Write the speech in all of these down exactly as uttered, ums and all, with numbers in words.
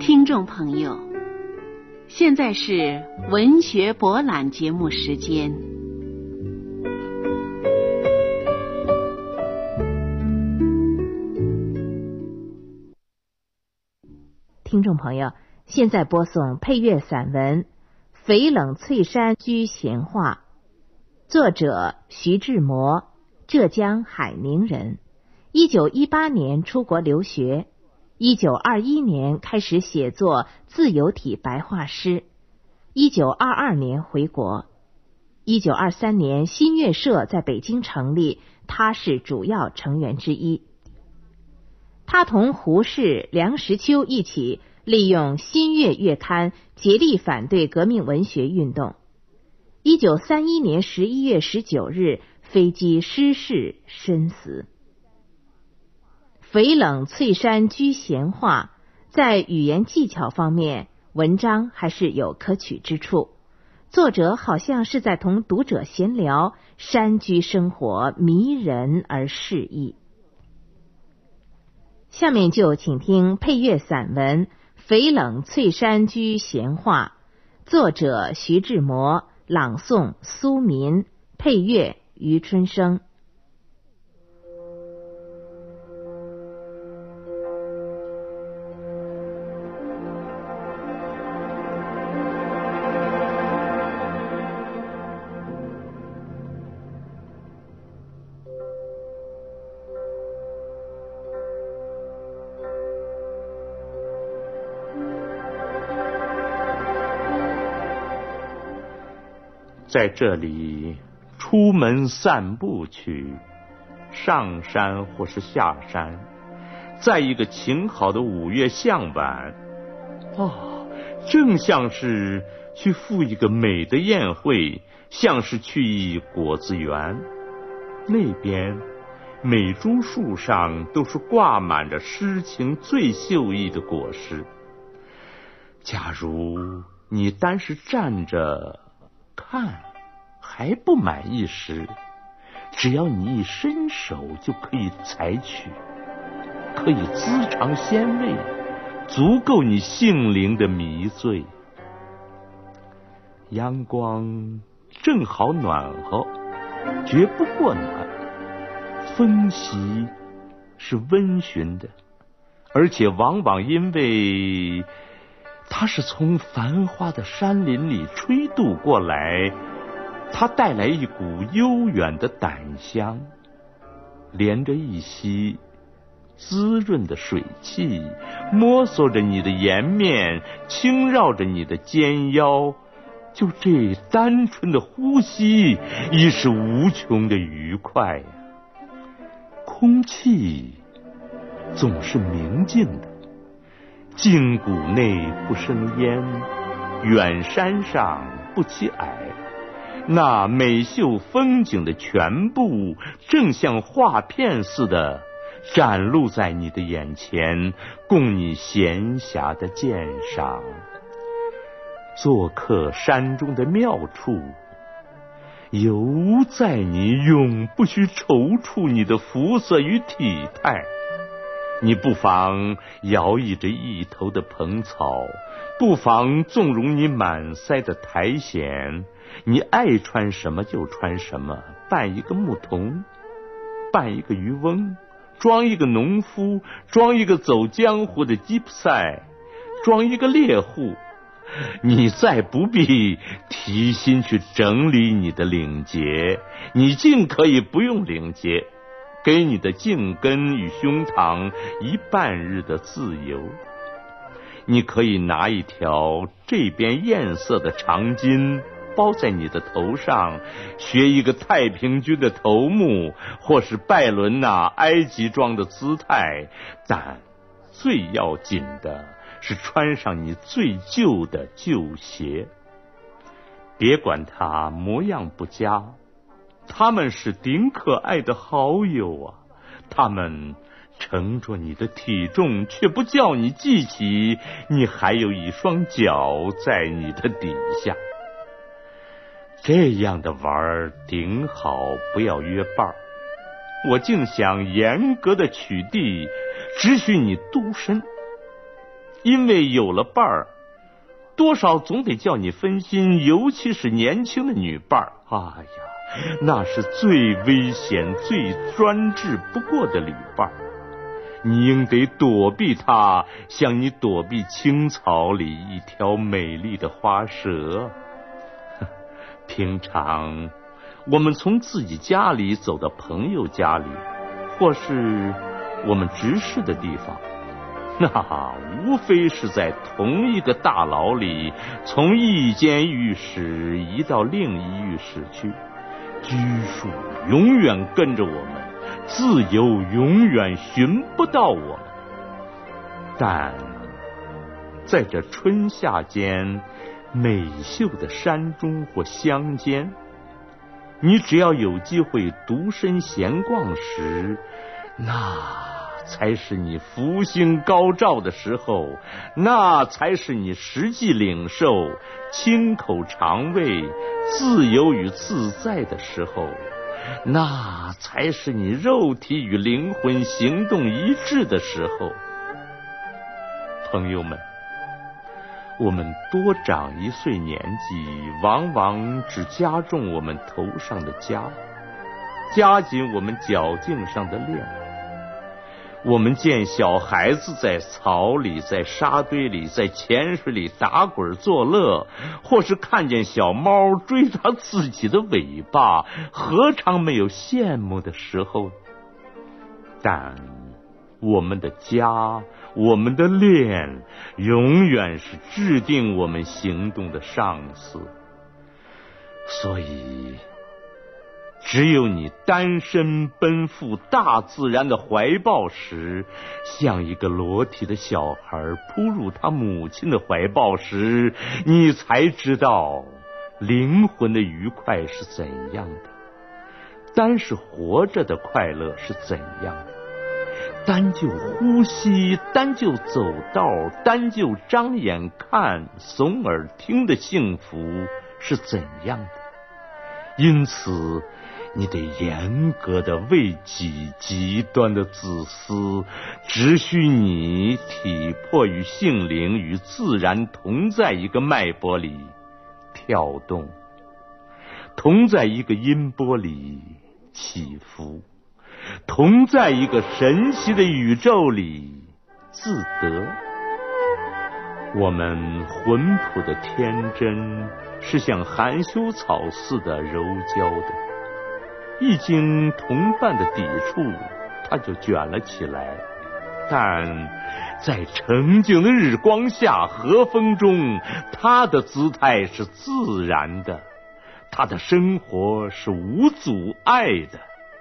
听众朋友，现在是文学博览节目时间。 听众朋友，现在播送配乐散文《翡冷翠山居闲话》，作者徐志摩，浙江海宁人，一九一八年出国留学，一九二一年开始写作自由体白话诗，一九二二年回国，一九二三年新月社在北京成立，他是主要成员之一。他同胡适、梁实秋一起利用新月月刊竭力反对革命文学运动。一九三一年十一月十九日，飞机失事身死。翡冷翠山居闲话，在语言技巧方面，文章还是有可取之处。作者好像是在同读者闲聊，山居生活迷人而适意。下面就请听配乐散文《翡冷翠山居闲话》，作者徐志摩，朗诵苏民，配乐余春生。 在这里出门散步去，上山或是下山，在一个晴好的五月向晚，哦，正像是去赴一个美的宴会，像是去一果子园。那边每株树上都是挂满着诗情最秀逸的果实。假如你单是站着看还不满意时，只要你一伸手就可以采取，可以滋长鲜味，足够你性灵的迷醉。阳光正好暖和，绝不过暖，风习是温煦的，而且往往因为它是从繁花的山林里吹渡过来，它带来一股悠远的胆香，连着一袭滋润的水汽，摸索着你的颜面，轻绕着你的肩腰，就这单纯的呼吸已是无穷的愉快呀。空气总是明净的，静谷内不生烟，远山上不起霭，那美秀风景的全部正像画片似的展露在你的眼前，供你闲暇的鉴赏。做客山中的妙处，犹在你永不须踌躇你的肤色与体态。你不妨摇曳着一头的蓬草，不妨纵容你满腮的苔藓，你爱穿什么就穿什么，扮一个牧童，扮一个渔翁，装一个农夫，装一个走江湖的吉普赛，装一个猎户。你再不必提心去整理你的领结，你尽可以不用领结，给你的颈根与胸膛一半日的自由。你可以拿一条这边艳色的长巾包在你的头上，学一个太平军的头目，或是拜伦那埃及装的姿态，但最要紧的是穿上你最旧的旧鞋。别管它模样不佳，他们是顶可爱的好友啊，他们乘着你的体重，却不叫你记起你还有一双脚在你的底下。这样的玩顶好不要约伴，我竟想严格的取缔，只许你独身。 因为有了伴儿，多少总得叫你分心，尤其是年轻的女伴儿。哎呀，那是最危险、最专制不过的旅伴儿，你应得躲避它，像你躲避青草里一条美丽的花蛇。平常我们从自己家里走到朋友家里，或是我们直视的地方，那无非是在同一个大牢里，从一间浴室移到另一浴室去，拘束永远跟着我们，自由永远寻不到我们。但在这春夏间美秀的山中或乡间，你只要有机会独身闲逛时，那才是你福星高照的时候，那才是你实际领受清口肠胃、自由与自在的时候，那才是你肉体与灵魂行动一致的时候。朋友们，我们多长一岁年纪，往往只加重我们头上的枷，加紧我们脚颈上的链。我们见小孩子在草里、在沙堆里、在浅水里打滚作乐，或是看见小猫追它自己的尾巴，何尝没有羡慕的时候？但我们的家，我们的链，永远是制定我们行动的上司。所以只有你单身奔赴大自然的怀抱时，像一个裸体的小孩扑入他母亲的怀抱时，你才知道灵魂的愉快是怎样的，单是活着的快乐是怎样的，单就呼吸，单就走道，单就张眼看、耸耳听的幸福是怎样的。因此你得严格的为己极端的自私，只许你体魄与性灵与自然同在一个脉搏里跳动，同在一个音波里起伏，同在一个神奇的宇宙里自得。我们浑朴的天真是像含羞草似的柔焦的，一经同伴的抵触，它就卷了起来。但在澄净的日光下、和风中，它的姿态是自然的，它的生活是无阻碍的。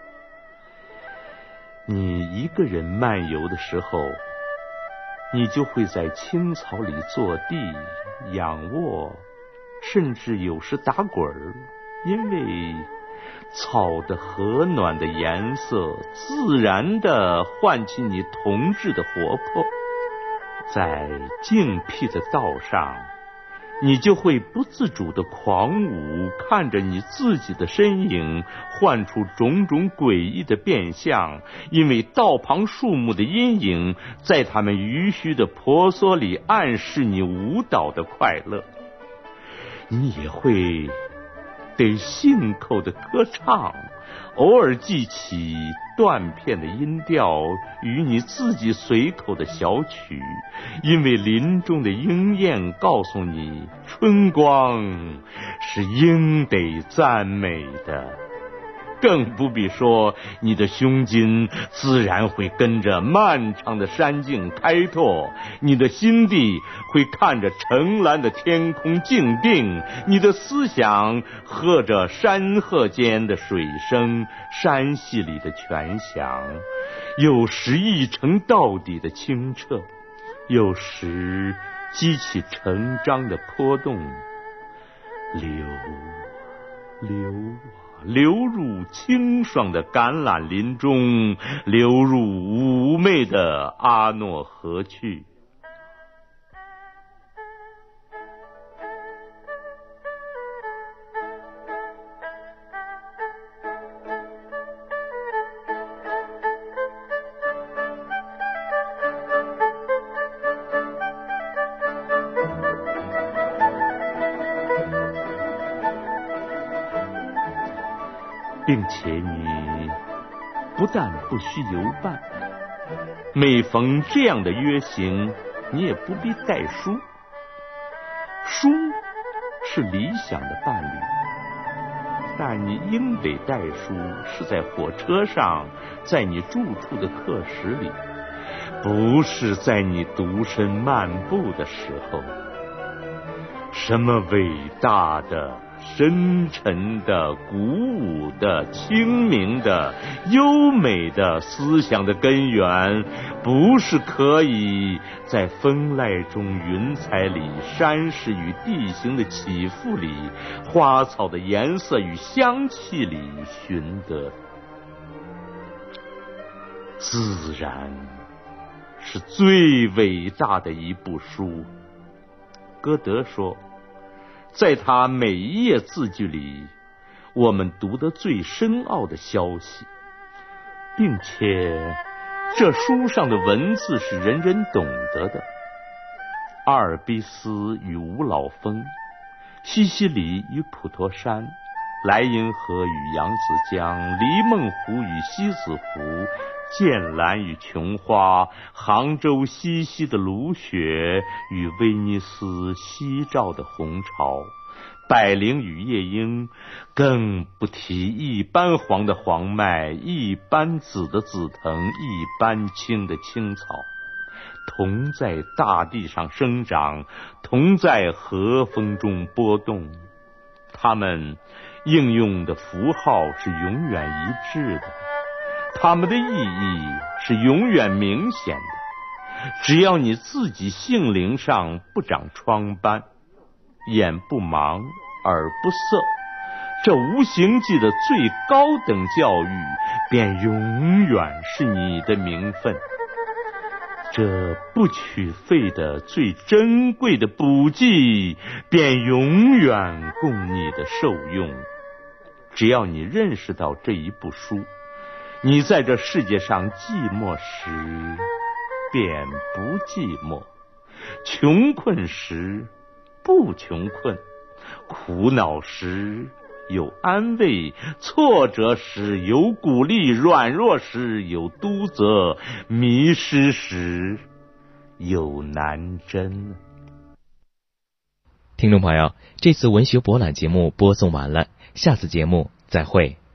你一个人漫游的时候，你就会在青草里坐地、仰卧，甚至有时打滚儿，因为草的和暖的颜色自然地唤起你童稚的活泼。在静僻的道上，你就会不自主地狂舞，看着你自己的身影幻出种种诡异的变相，因为道旁树木的阴影在它们余须的婆娑里暗示你舞蹈的快乐。你也会得信口的歌唱，偶尔记起断片的音调与你自己随口的小曲，因为林中的莺燕告诉你，春光是应得赞美的。更不必说你的胸襟自然会跟着漫长的山径开拓，你的心地会看着澄蓝的天空静定，你的思想和着山壑间的水声、山溪里的泉响，有时一澄到底的清澈，有时激起成章的波动，流流啊流入清爽的橄榄林中，流入妩媚的阿诺河去。 并且你不但不需游伴，每逢这样的约行，你也不必带书。书是理想的伴侣，但你应得带书是在火车上，在你住处的课室里，不是在你独身漫步的时候。什么伟大的、深沉的、鼓舞的、清明的、优美的思想的根源，不是可以在风籁中、云彩里、山势与地形的起伏里、花草的颜色与香气里寻得。自然是最伟大的一部书。歌德说，在他每一页字句里，我们读得最深奥的消息，并且这书上的文字是人人懂得的。阿尔卑斯与五老峰，西西里与普陀山，莱茵河与扬子江，黎梦湖与西子湖，剑兰与琼花，杭州西溪的芦雪与威尼斯夕照的红潮，百灵与夜莺，更不提一般黄的黄麦，一般紫的紫藤，一般青的青草，同在大地上生长，同在和风中波动。它们应用的符号是永远一致的，它们的意义是永远明显的。只要你自己性灵上不长疮斑，眼不盲，耳不涩，这无形界的最高等教育便永远是你的名分。这不取费的最珍贵的补剂便永远供你的受用。只要你认识到这一部书，你在这世界上寂寞时便不寂寞，穷困时不穷困，苦恼时有安慰，挫折时有鼓励，软弱时有督责，迷失时有南针。 听众朋友，这次文学博览节目播送完了，下次节目再会。